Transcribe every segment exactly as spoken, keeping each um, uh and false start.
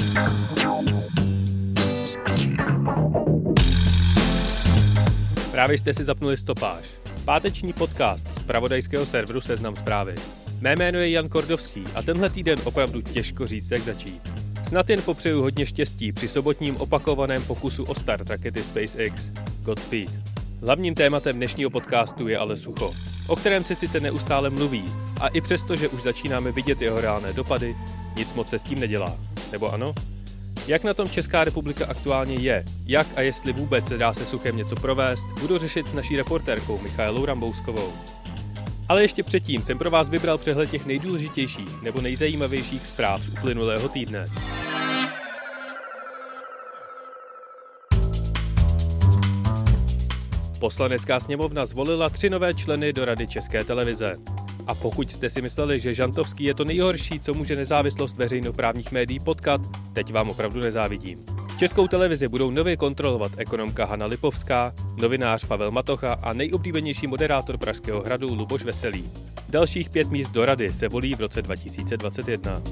Právě jste si zapnuli Stopáž, páteční podcast z zpravodajského serveru Seznam Zprávy. Mé jméno je Jan Kordovský a tenhle týden opravdu těžko říct, jak začít. Snad jen popřeju hodně štěstí při sobotním opakovaném pokusu o start rakety SpaceX. Godspeed. Hlavním tématem dnešního podcastu je ale sucho, o kterém se sice neustále mluví a i přesto, že už začínáme vidět jeho reálné dopady, nic moc se s tím nedělá. Nebo ano? Jak na tom Česká republika aktuálně je, jak a jestli vůbec se dá se suchem něco provést, budu řešit s naší reportérkou Michaelou Rambouskovou. Ale ještě předtím jsem pro vás vybral přehled těch nejdůležitějších nebo nejzajímavějších zpráv z uplynulého týdne. Poslanecká sněmovna zvolila tři nové členy do Rady České televize. A pokud jste si mysleli, že Žantovský je to nejhorší, co může nezávislost veřejnoprávních médií potkat, teď vám opravdu nezávidím. Českou televizi budou nově kontrolovat ekonomka Hana Lipovská, novinář Pavel Matocha a nejoblíbenější moderátor Pražského hradu Luboš Veselý. Dalších pět míst do Rady se volí v roce dva tisíce dvacet jedna.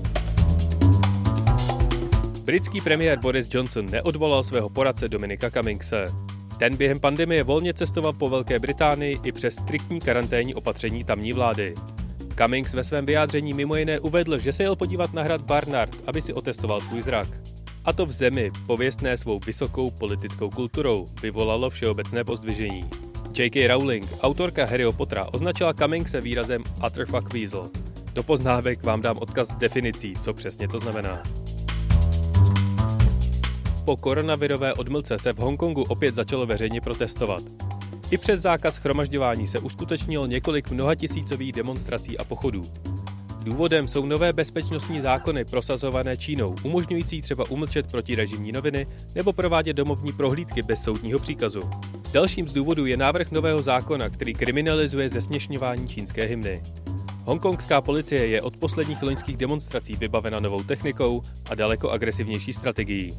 Britský premiér Boris Johnson neodvolal svého poradce Dominika Cummingse. Ten během pandemie volně cestoval po Velké Británii i přes striktní karanténní opatření tamní vlády. Cummings ve svém vyjádření mimo jiné uvedl, že se jel podívat na hrad Barnard, aby si otestoval svůj zrak. A to v zemi, pověstné svou vysokou politickou kulturou, vyvolalo všeobecné pozdvižení. J K Rowling, autorka Harryho Pottera, označila Cummingse výrazem utter fuckweasel. Do poznávek vám dám odkaz s definicí, co přesně to znamená. Po koronavirové odmlce se v Hongkongu opět začalo veřejně protestovat. I přes zákaz shromažďování se uskutečnilo několik mnohatisícových demonstrací a pochodů. Důvodem jsou nové bezpečnostní zákony prosazované Čínou, umožňující třeba umlčet protirežimní noviny nebo provádět domovní prohlídky bez soudního příkazu. Dalším z důvodů je návrh nového zákona, který kriminalizuje zesměšňování čínské hymny. Hongkongská policie je od posledních loňských demonstrací vybavena novou technikou a daleko agresivnější strategií.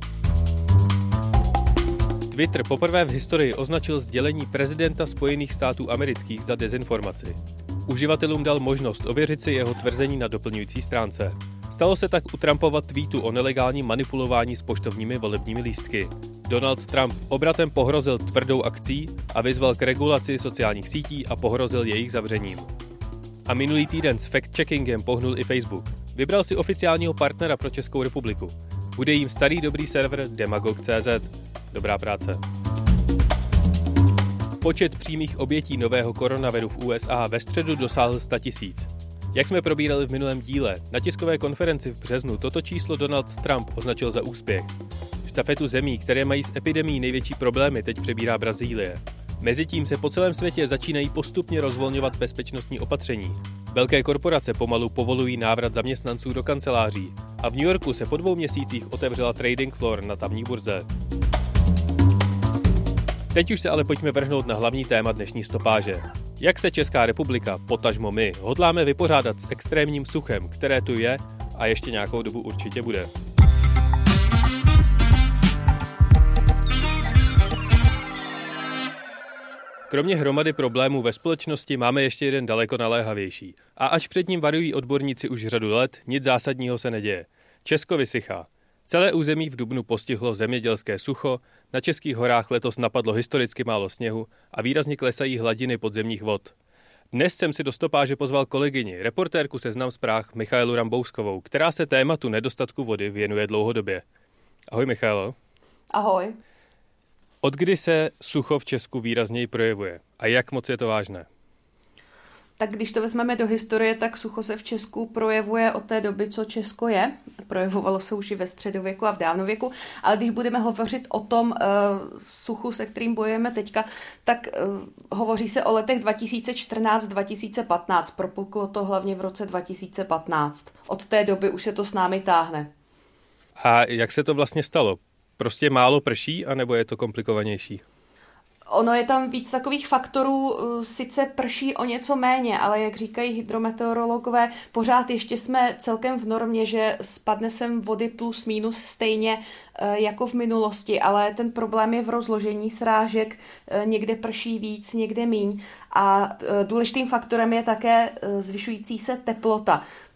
Twitter poprvé v historii označil sdělení prezidenta Spojených států amerických za dezinformaci. Uživatelům dal možnost ověřit si jeho tvrzení na doplňující stránce. Stalo se tak u Trumpova tweetu o nelegálním manipulování s poštovními volebními lístky. Donald Trump obratem pohrozil tvrdou akcí a vyzval k regulaci sociálních sítí a pohrozil jejich zavřením. A minulý týden s fact-checkingem pohnul i Facebook. Vybral si oficiálního partnera pro Českou republiku. Bude jim starý dobrý server demagog tečka cé zet. Dobrá práce. Počet přímých obětí nového koronaviru v U S A ve středu dosáhl sto tisíc. Jak jsme probírali v minulém díle, na tiskové konferenci v březnu toto číslo Donald Trump označil za úspěch. Štafetu zemí, které mají s epidemií největší problémy, teď přebírá Brazílie. Mezitím se po celém světě začínají postupně rozvolňovat bezpečnostní opatření. Velké korporace pomalu povolují návrat zaměstnanců do kanceláří a v New Yorku se po dvou měsících otevřela trading floor na tamní burze. Teď už se ale pojďme vrhnout na hlavní téma dnešní stopáže. Jak se Česká republika, potažmo my, hodláme vypořádat s extrémním suchem, které tu je a ještě nějakou dobu určitě bude. Kromě hromady problémů ve společnosti máme ještě jeden daleko naléhavější. A až před ním varují odborníci už řadu let, nic zásadního se neděje. Česko vysychá. Celé území v dubnu postihlo zemědělské sucho, na českých horách letos napadlo historicky málo sněhu a výrazně klesají hladiny podzemních vod. Dnes jsem si do stopáže pozval kolegyni, reportérku Seznam Zpráv Michaelu Rambouskovou, která se tématu nedostatku vody věnuje dlouhodobě. Ahoj Michaelo. Ahoj. Od kdy se sucho v Česku výrazněji projevuje a jak moc je to vážné? Tak když to vezmeme do historie, tak sucho se v Česku projevuje od té doby, co Česko je. Projevovalo se už i ve středověku a v dávnověku, ale když budeme hovořit o tom uh, suchu, se kterým bojujeme teďka, tak uh, hovoří se o letech dva tisíce čtrnáct dva tisíce patnáct. Propuklo to hlavně v roce dva tisíce patnáct. Od té doby už se to s námi táhne. A jak se to vlastně stalo? Prostě málo prší, anebo je to komplikovanější? Ono je tam víc takových faktorů, sice prší o něco méně, ale jak říkají hydrometeorologové, pořád ještě jsme celkem v normě, že spadne sem vody plus minus stejně jako v minulosti, ale ten problém je v rozložení srážek, někde prší víc, někde míň. A důležitým faktorem je také zvyšující se teplota,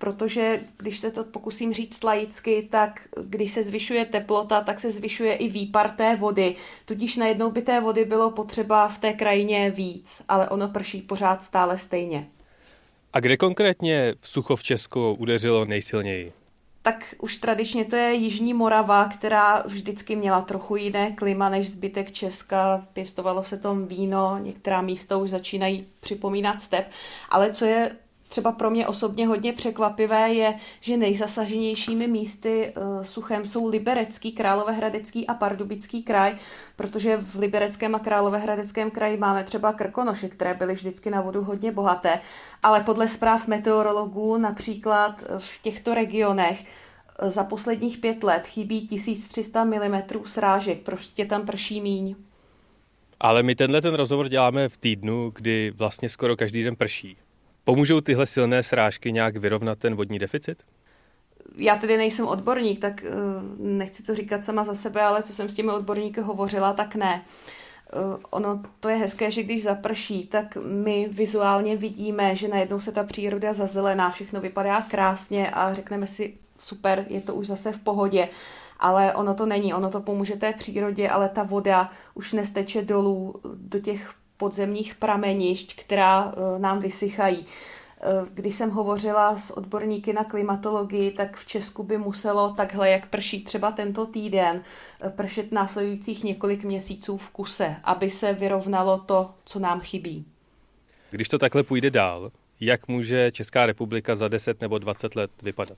protože když se to pokusím říct laicky, tak když se zvyšuje teplota, tak se zvyšuje i výpar té vody. Tudíž najednou by té vody bylo potřeba v té krajině víc, ale ono prší pořád stále stejně. A kde konkrétně v sucho v Česku udeřilo nejsilněji? Tak už tradičně to je Jižní Morava, která vždycky měla trochu jiné klima než zbytek Česka. Pěstovalo se tam víno, některá místa už začínají připomínat step. Ale co je třeba pro mě osobně hodně překvapivé, je, že nejzasaženějšími místy uh, suchem jsou Liberecký, Královéhradecký a Pardubický kraj, protože v Libereckém a Královéhradeckém kraji máme třeba Krkonoše, které byly vždycky na vodu hodně bohaté, ale podle zpráv meteorologů například v těchto regionech uh, za posledních pět let chybí tisíc tři sta milimetrů srážek, prostě tam prší míň. Ale my tenhle ten rozhovor děláme v týdnu, kdy vlastně skoro každý den prší. Pomůžou tyhle silné srážky nějak vyrovnat ten vodní deficit? Já tedy nejsem odborník, tak nechci to říkat sama za sebe, ale co jsem s těmi odborníky hovořila, tak ne. Ono to je hezké, že když zaprší, tak my vizuálně vidíme, že najednou se ta příroda zazelená, všechno vypadá krásně a řekneme si super, je to už zase v pohodě. Ale ono to není, ono to pomůže té přírodě, ale ta voda už nesteče dolů do těch podzemních pramenišť, která nám vysychají. Když jsem hovořila s odborníky na klimatologii, tak v Česku by muselo takhle, jak prší třeba tento týden, pršet následujících několik měsíců v kuse, aby se vyrovnalo to, co nám chybí. Když to takhle půjde dál, jak může Česká republika za deset nebo dvacet let vypadat?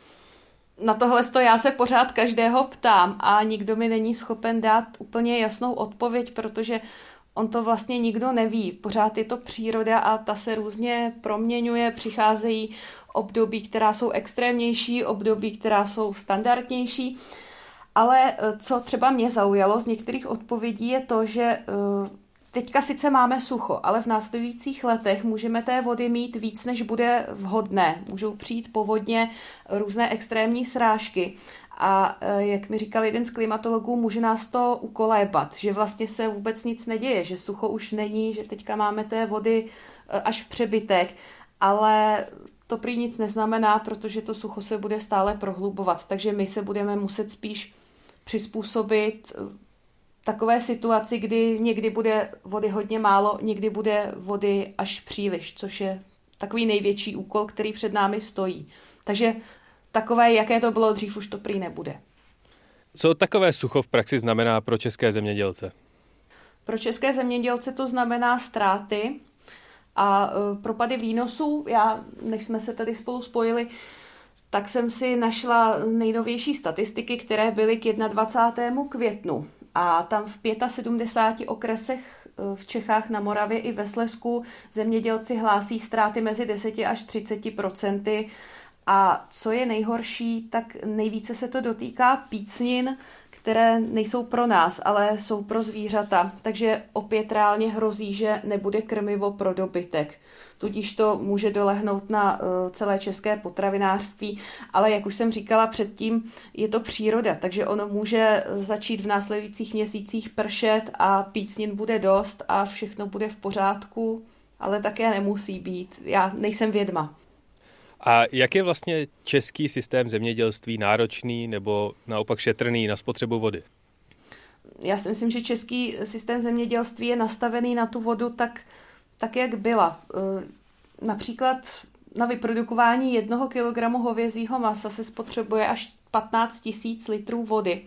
Na tohle to já se pořád každého ptám a nikdo mi není schopen dát úplně jasnou odpověď, protože on to vlastně nikdo neví. Pořád je to příroda a ta se různě proměňuje, přicházejí období, která jsou extrémnější, období, která jsou standardnější. Ale co třeba mě zaujalo z některých odpovědí je to, že teďka sice máme sucho, ale v následujících letech můžeme té vody mít víc, než bude vhodné. Můžou přijít povodně, různé extrémní srážky. A jak mi říkal jeden z klimatologů, může nás to ukolébat, že vlastně se vůbec nic neděje, že sucho už není, že teďka máme té vody až přebytek, ale to prý nic neznamená, protože to sucho se bude stále prohlubovat, takže my se budeme muset spíš přizpůsobit takové situaci, kdy někdy bude vody hodně málo, někdy bude vody až příliš, což je takový největší úkol, který před námi stojí. Takže takové, jaké to bylo dřív, už to prý nebude. Co takové sucho v praxi znamená pro české zemědělce? Pro české zemědělce to znamená ztráty a propady výnosů. Já, než jsme se tady spolu spojili, tak jsem si našla nejnovější statistiky, které byly k dvacátému prvnímu květnu. A tam v sedmdesáti pěti okresech v Čechách, na Moravě i ve Slezsku zemědělci hlásí ztráty mezi deseti až třiceti procenty. A co je nejhorší, tak nejvíce se to dotýká pícnin, které nejsou pro nás, ale jsou pro zvířata. Takže opět reálně hrozí, že nebude krmivo pro dobytek. Tudíž to může dolehnout na uh, celé české potravinářství. Ale jak už jsem říkala předtím, je to příroda, takže ono může začít v následujících měsících pršet a pícnin bude dost a všechno bude v pořádku, ale také nemusí být. Já nejsem vědma. A jak je vlastně český systém zemědělství náročný nebo naopak šetrný na spotřebu vody? Já si myslím, že český systém zemědělství je nastavený na tu vodu tak, tak jak byla. Například na vyprodukování jednoho kilogramu hovězího masa se spotřebuje až patnáct tisíc litrů vody,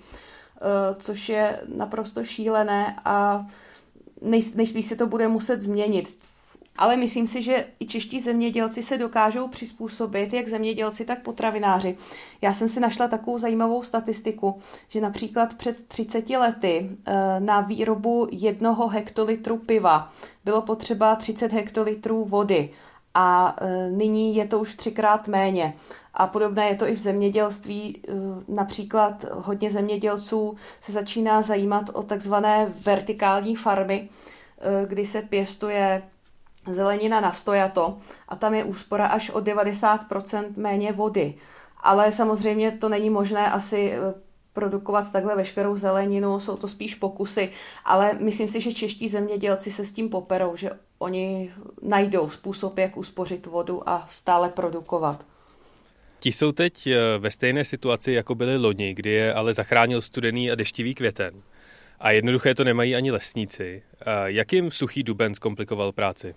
což je naprosto šílené a nejspíš se to bude muset změnit. Ale myslím si, že i čeští zemědělci se dokážou přizpůsobit, jak zemědělci, tak potravináři. Já jsem si našla takovou zajímavou statistiku, že například před třiceti lety na výrobu jednoho hektolitru piva bylo potřeba třicet hektolitrů vody a nyní je to už třikrát méně. A podobné je to i v zemědělství. Například hodně zemědělců se začíná zajímat o takzvané vertikální farmy, kdy se pěstuje zelenina na stojato a tam je úspora až o devadesát procent méně vody. Ale samozřejmě to není možné asi produkovat takhle veškerou zeleninu, jsou to spíš pokusy, ale myslím si, že čeští zemědělci se s tím poperou, že oni najdou způsob, jak uspořit vodu a stále produkovat. Ti jsou teď ve stejné situaci, jako byli loni, kdy je ale zachránil studený a deštivý květen. A jednoduché to nemají ani lesníci. Jak jim suchý duben zkomplikoval práci?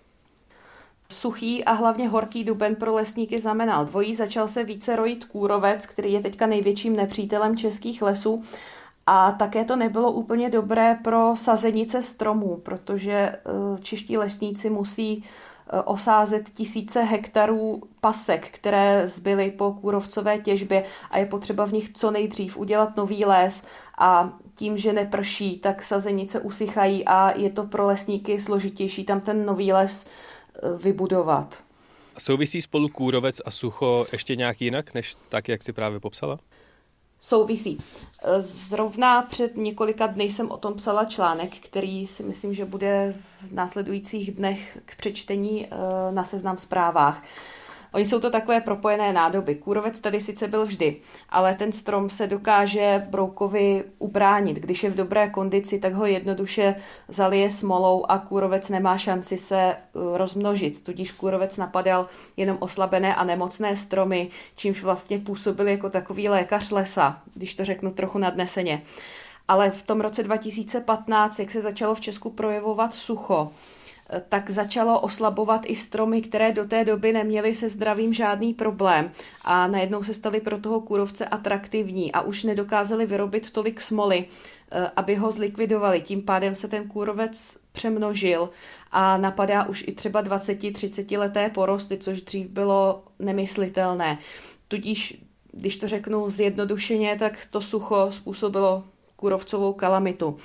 Suchý a hlavně horký duben pro lesníky znamenal dvojí. Začal se více rojit kůrovec, který je teďka největším nepřítelem českých lesů. A také to nebylo úplně dobré pro sazenice stromů, protože čeští lesníci musí osázet tisíce hektarů pasek, které zbyly po kůrovcové těžbě a je potřeba v nich co nejdřív udělat nový les a tím, že neprší, tak sazenice usychají a je to pro lesníky složitější tam ten nový les vybudovat. Souvisí spolu kůrovec a sucho ještě nějak jinak, než tak, jak si právě popsala? Souvisí. Zrovna před několika dny jsem o tom psala článek, který si myslím, že bude v následujících dnech k přečtení na Seznam Zprávách. Oni jsou to takové propojené nádoby. Kůrovec tady sice byl vždy, ale ten strom se dokáže broukovi ubránit. Když je v dobré kondici, tak ho jednoduše zalije smolou a kůrovec nemá šanci se rozmnožit. Tudíž kůrovec napadal jenom oslabené a nemocné stromy, čímž vlastně působil jako takový lékař lesa, když to řeknu trochu nadneseně. Ale v tom roce dva tisíce patnáct, jak se začalo v Česku projevovat sucho, tak začalo oslabovat i stromy, které do té doby neměly se zdravím žádný problém a najednou se staly pro toho kůrovce atraktivní a už nedokázali vyrobit tolik smoly, aby ho zlikvidovali. Tím pádem se ten kůrovec přemnožil a napadá už i třeba dvacet třicet leté porosty, což dřív bylo nemyslitelné. Tudíž, když to řeknu zjednodušeně, tak to sucho způsobilo kůrovcovou kalamitu.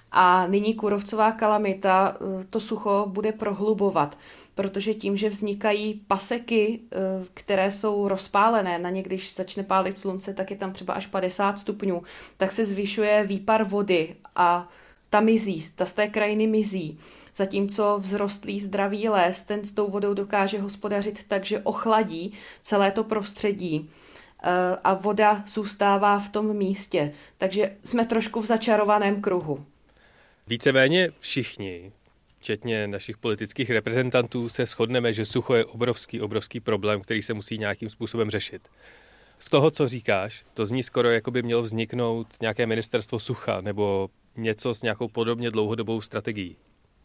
A nyní kůrovcová kalamita to sucho bude prohlubovat, protože tím, že vznikají paseky, které jsou rozpálené, na ně, když začne pálit slunce, tak je tam třeba až padesát stupňů, tak se zvyšuje výpar vody a ta mizí, ta z té krajiny mizí. Zatímco vzrostlý zdravý les, ten s tou vodou dokáže hospodařit tak, že ochladí celé to prostředí a voda zůstává v tom místě. Takže jsme trošku v začarovaném kruhu. Víceméně všichni, včetně našich politických reprezentantů, se shodneme, že sucho je obrovský, obrovský problém, který se musí nějakým způsobem řešit. Z toho, co říkáš, to zní skoro, jako by mělo vzniknout nějaké ministerstvo sucha nebo něco s nějakou podobně dlouhodobou strategií.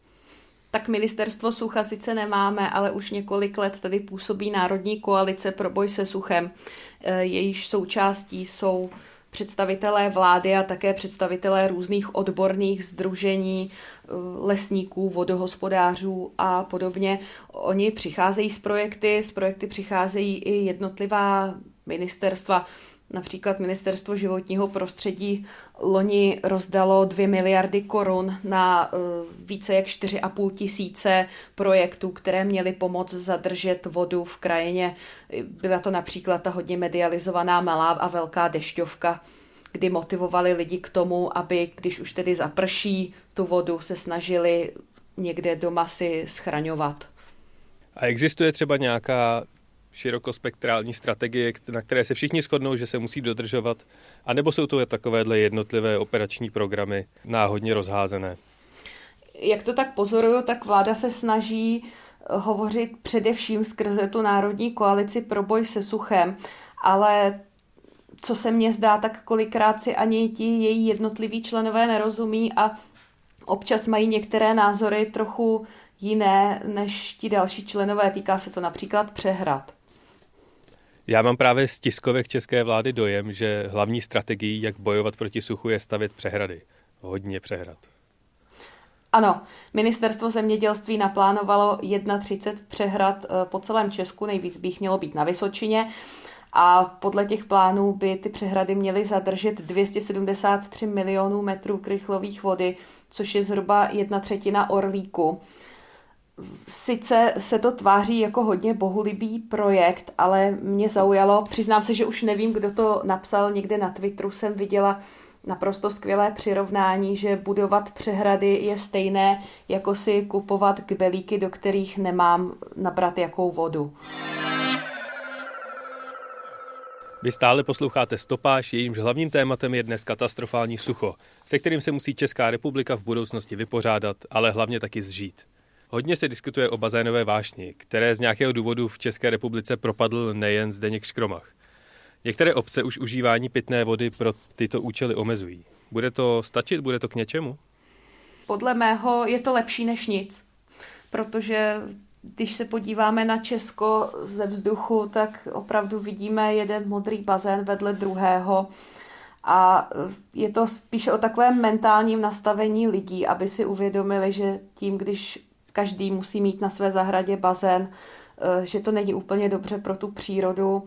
Tak ministerstvo sucha sice nemáme, ale už několik let tady působí Národní koalice pro boj se suchem. Jejíž součástí jsou představitelé vlády a také představitelé různých odborných sdružení, lesníků, vodohospodářů a podobně. Oni přicházejí s projekty, s projekty přicházejí i jednotlivá ministerstva. Například Ministerstvo životního prostředí loni rozdalo dvě miliardy korun na více jak čtyři a půl tisíce projektů, které měly pomoct zadržet vodu v krajině. Byla to například ta hodně medializovaná malá a velká dešťovka, kdy motivovali lidi k tomu, aby když už tedy zaprší tu vodu, se snažili někde doma si schraňovat. A existuje třeba nějaká širokospektrální strategie, na které se všichni shodnou, že se musí dodržovat, anebo jsou to takovéhle jednotlivé operační programy náhodně rozházené? Jak to tak pozoruju, tak vláda se snaží hovořit především skrze tu Národní koalici pro boj se suchem, ale co se mně zdá, tak kolikrát si ani ti její jednotliví členové nerozumí a občas mají některé názory trochu jiné než ti další členové. Týká se to například přehrad. Já mám právě z tiskovek české vlády dojem, že hlavní strategií, jak bojovat proti suchu, je stavět přehrady. Hodně přehrad. Ano, ministerstvo zemědělství naplánovalo třicet jedna přehrad po celém Česku, nejvíc by jich mělo být na Vysočině a podle těch plánů by ty přehrady měly zadržet dvě stě sedmdesát tři milionů metrů krychlových vody, což je zhruba jedna třetina Orlíku. Sice se to tváří jako hodně bohulibý projekt, ale mě zaujalo, přiznám se, že už nevím, kdo to napsal, někde na Twitteru jsem viděla naprosto skvělé přirovnání, že budovat přehrady je stejné, jako si kupovat kbelíky, do kterých nemám nabrat jakou vodu. Vy stále posloucháte Stopáž, jejímž hlavním tématem je dnes katastrofální sucho, se kterým se musí Česká republika v budoucnosti vypořádat, ale hlavně taky zžít. Hodně se diskutuje o bazénové vášni, které z nějakého důvodu v České republice propadl nejen Zdeněk Škromach. Některé obce už užívání pitné vody pro tyto účely omezují. Bude to stačit? Bude to k něčemu? Podle mého je to lepší než nic, protože když se podíváme na Česko ze vzduchu, tak opravdu vidíme jeden modrý bazén vedle druhého a je to spíše o takovém mentálním nastavení lidí, aby si uvědomili, že tím, když každý musí mít na své zahradě bazén, že to není úplně dobře pro tu přírodu.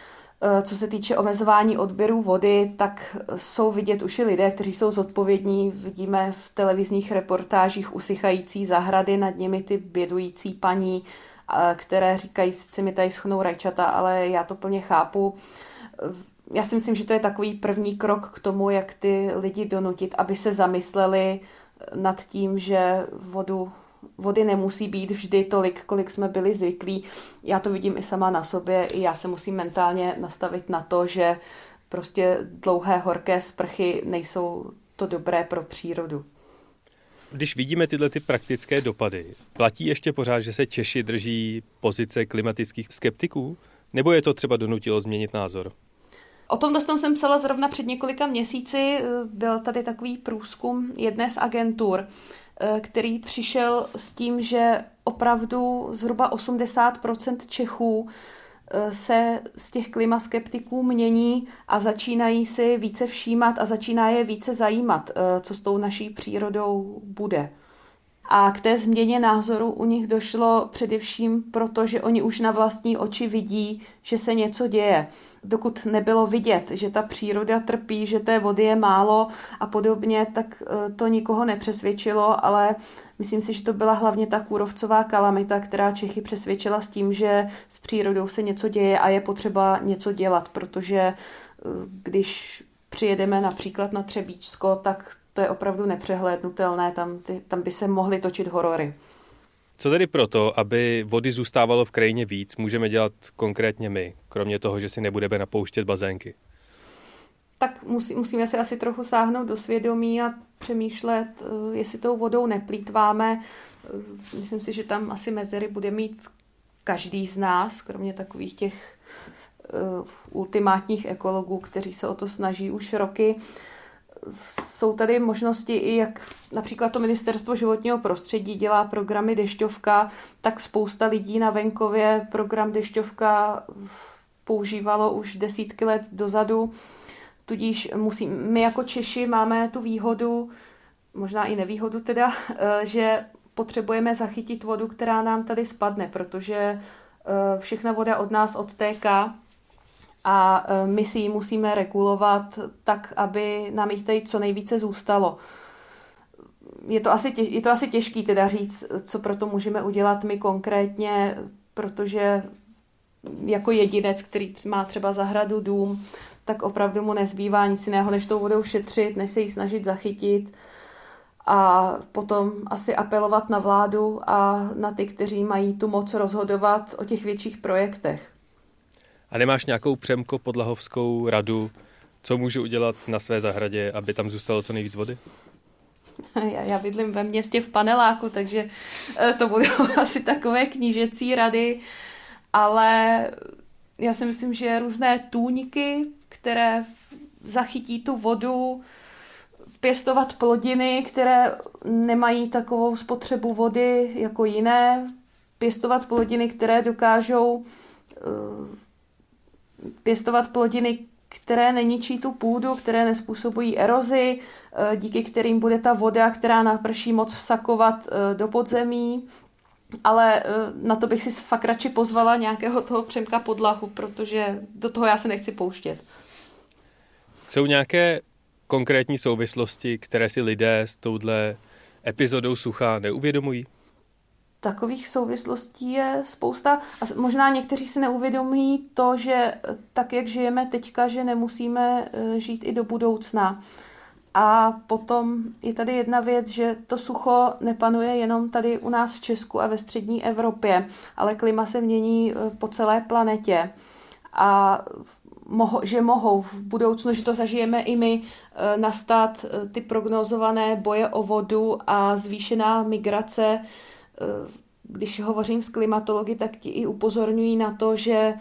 Co se týče omezování odběru vody, tak jsou vidět už i lidé, kteří jsou zodpovědní. Vidíme v televizních reportážích usychající zahrady, nad nimi ty bědující paní, které říkají, sice mi tady schnou rajčata, ale já to plně chápu. Já si myslím, že to je takový první krok k tomu, jak ty lidi donutit, aby se zamysleli nad tím, že vodu Vody nemusí být vždy tolik, kolik jsme byli zvyklí. Já to vidím i sama na sobě. I já se musím mentálně nastavit na to, že prostě dlouhé horké sprchy nejsou to dobré pro přírodu. Když vidíme tyhle ty praktické dopady, platí ještě pořád, že se Češi drží pozice klimatických skeptiků? Nebo je to třeba donutilo změnit názor? O tom jsem psala zrovna před několika měsíci. Byl tady takový průzkum jedné z agentur, který přišel s tím, že opravdu zhruba osmdesát procent Čechů se z těch klimaskeptiků mění a začínají si více všímat a začíná je více zajímat, co s tou naší přírodou bude. A k té změně názoru u nich došlo především proto, že oni už na vlastní oči vidí, že se něco děje. Dokud nebylo vidět, že ta příroda trpí, že té vody je málo a podobně, tak to nikoho nepřesvědčilo, ale myslím si, že to byla hlavně ta kůrovcová kalamita, která Čechy přesvědčila s tím, že s přírodou se něco děje a je potřeba něco dělat, protože když přijedeme například na Třebíčsko, tak to je opravdu nepřehlédnutelné, tam, ty, tam by se mohly točit horory. Co tedy proto, aby vody zůstávalo v krajině víc, můžeme dělat konkrétně my, kromě toho, že si nebudeme napouštět bazénky? Tak musí, musíme si asi trochu sáhnout do svědomí a přemýšlet, jestli tou vodou neplýtváme. Myslím si, že tam asi mezery bude mít každý z nás, kromě takových těch uh, ultimátních ekologů, kteří se o to snaží už roky. Jsou tady možnosti i, jak například to Ministerstvo životního prostředí dělá programy Dešťovka, tak spousta lidí na venkově program Dešťovka používalo už desítky let dozadu. Tudíž musí, my jako Češi máme tu výhodu, možná i nevýhodu teda, že potřebujeme zachytit vodu, která nám tady spadne, protože všechna voda od nás odtéká a my si ji musíme regulovat tak, aby nám jich tady co nejvíce zůstalo. Je to asi, těž, je to asi těžký teda říct, co pro to můžeme udělat my konkrétně, protože jako jedinec, který má třeba zahradu, dům, tak opravdu mu nezbývá nic jiného, než tou vodou šetřit, než se ji snažit zachytit a potom asi apelovat na vládu a na ty, kteří mají tu moc rozhodovat o těch větších projektech. A nemáš nějakou Přemko podlahovskou radu, co můžu udělat na své zahradě, aby tam zůstalo co nejvíc vody? Já, já bydlím ve městě v paneláku, takže to budou asi takové knížecí rady, ale já si myslím, že různé tůňky, které zachytí tu vodu, pěstovat plodiny, které nemají takovou spotřebu vody jako jiné, pěstovat plodiny, které dokážou pěstovat plodiny, které neničí tu půdu, které nespůsobují erozi, díky kterým bude ta voda, která naprší, moc vsakovat do podzemí. Ale na to bych si fakt radši pozvala nějakého toho Přemka Podlahu, protože do toho já se nechci pouštět. Jsou nějaké konkrétní souvislosti, které si lidé s touhle epizodou sucha neuvědomují? Takových souvislostí je spousta. A možná někteří si neuvědomí to, že tak, jak žijeme teďka, že nemusíme žít i do budoucna. A potom je tady jedna věc, že to sucho nepanuje jenom tady u nás v Česku a ve střední Evropě, ale klima se mění po celé planetě. A moho, že mohou v budoucnu, že to zažijeme i my, nastat ty prognózované boje o vodu a zvýšená migrace. Když hovořím s klimatology, tak ti i upozorňují na to, že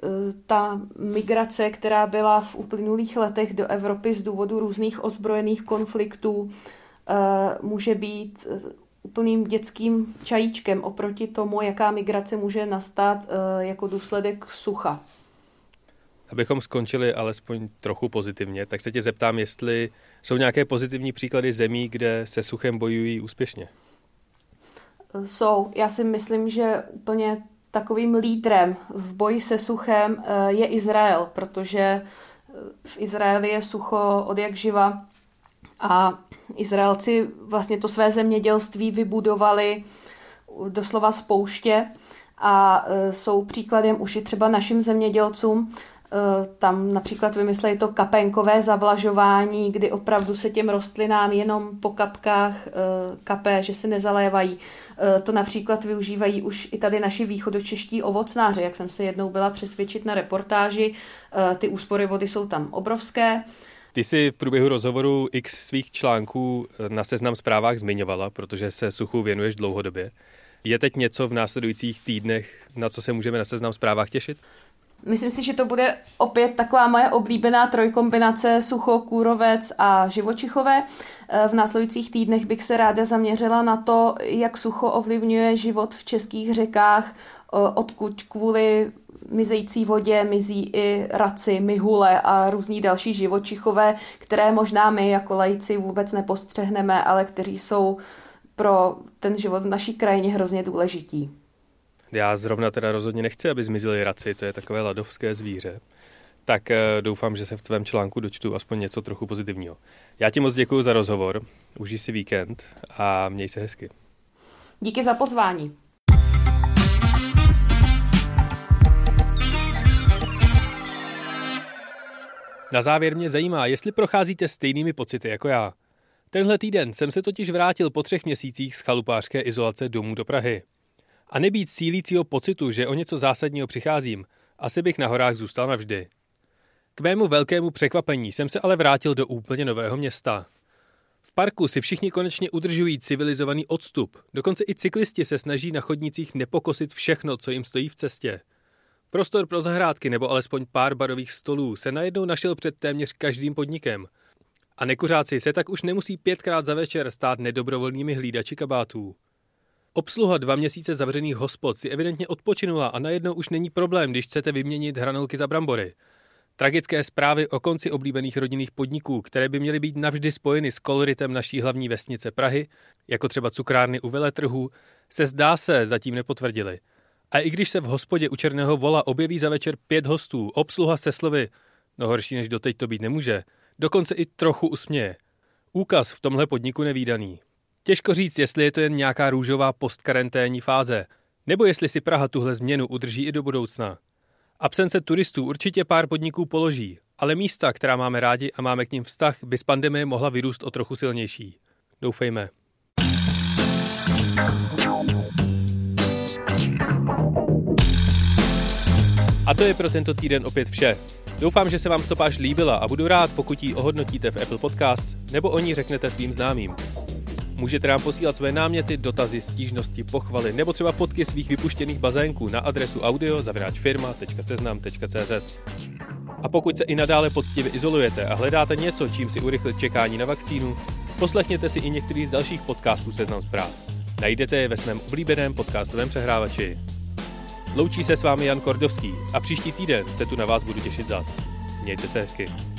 ta migrace, která byla v uplynulých letech do Evropy z důvodu různých ozbrojených konfliktů, může být úplným dětským čajíčkem oproti tomu, jaká migrace může nastat jako důsledek sucha. Abychom skončili alespoň trochu pozitivně, tak se tě zeptám, jestli jsou nějaké pozitivní příklady zemí, kde se suchem bojují úspěšně. Jsou. Já si myslím, že úplně takovým lídrem v boji se suchem je Izrael, protože v Izraeli je sucho od jak živa a Izraelci vlastně to své zemědělství vybudovali doslova z pouště a jsou příkladem už i třeba našim zemědělcům. Tam například vymysleli to kapénkové zavlažování, kdy opravdu se těm rostlinám jenom po kapkách kapé, že se nezalévají. To například využívají už i tady naši východočeští ovocnáři, jak jsem se jednou byla přesvědčit na reportáži. Ty úspory vody jsou tam obrovské. Ty jsi v průběhu rozhovoru x svých článků na Seznam Zprávách zmiňovala, protože se suchu věnuješ dlouhodobě. Je teď něco v následujících týdnech, na co se můžeme na Seznam Zprávách těšit? Myslím si, že to bude opět taková moje oblíbená trojkombinace sucho, kůrovec a živočichové. V následujících týdnech bych se ráda zaměřila na to, jak sucho ovlivňuje život v českých řekách, odkud kvůli mizející vodě mizí i raci, mihule a různí další živočichové, které možná my jako laici vůbec nepostřehneme, ale kteří jsou pro ten život v naší krajině hrozně důležití. Já zrovna teda rozhodně nechci, aby zmizely raci, to je takové ladovské zvíře. Tak doufám, že se v tvém článku dočtu aspoň něco trochu pozitivního. Já ti moc děkuji za rozhovor, užij si víkend a měj se hezky. Díky za pozvání. Na závěr mě zajímá, jestli procházíte stejnými pocity jako já. Tenhle týden jsem se totiž vrátil po třech měsících z chalupářské izolace domů do Prahy. A nebýt sílícího pocitu, že o něco zásadního přicházím, asi bych na horách zůstal navždy. K mému velkému překvapení jsem se ale vrátil do úplně nového města. V parku si všichni konečně udržují civilizovaný odstup, dokonce i cyklisti se snaží na chodnicích nepokosit všechno, co jim stojí v cestě. Prostor pro zahrádky nebo alespoň pár barových stolů se najednou našel před téměř každým podnikem. A nekuřáci se tak už nemusí pětkrát za večer stát nedobrovolnými hlídači kabátů. Obsluha dva měsíce zavřených hospod si evidentně odpočinula a najednou už není problém, když chcete vyměnit hranolky za brambory. Tragické zprávy o konci oblíbených rodinných podniků, které by měly být navždy spojeny s koloritem naší hlavní vesnice Prahy, jako třeba cukrárny u veletrhů, se zdá se zatím nepotvrdily. A i když se v hospodě u Černého vola objeví za večer pět hostů, obsluha se slovy, no horší než doteď to být nemůže, dokonce i trochu usměje. Úkaz v tomhle podniku nevídaný. Těžko říct, jestli je to jen nějaká růžová postkaranténní fáze, nebo jestli si Praha tuhle změnu udrží i do budoucna. Absence turistů určitě pár podniků položí, ale místa, která máme rádi a máme k nim vztah, by z pandemie mohla vyrůst o trochu silnější. Doufejme. A to je pro tento týden opět vše. Doufám, že se vám stopáž líbila a budu rád, pokud ji ohodnotíte v Apple Podcasts nebo o ní řeknete svým známým. Můžete nám posílat své náměty, dotazy, stížnosti, pochvaly nebo třeba fotky svých vypuštěných bazénků na adresu audio zavináč firma tečka seznam tečka cé zet. A pokud se i nadále poctivě izolujete a hledáte něco, čím si urychlit čekání na vakcínu, poslechněte si i některý z dalších podcastů Seznam Zpráv. Najdete je ve svém oblíbeném podcastovém přehrávači. Loučí se s vámi Jan Kordovský a příští týden se tu na vás budu těšit zas. Mějte se hezky.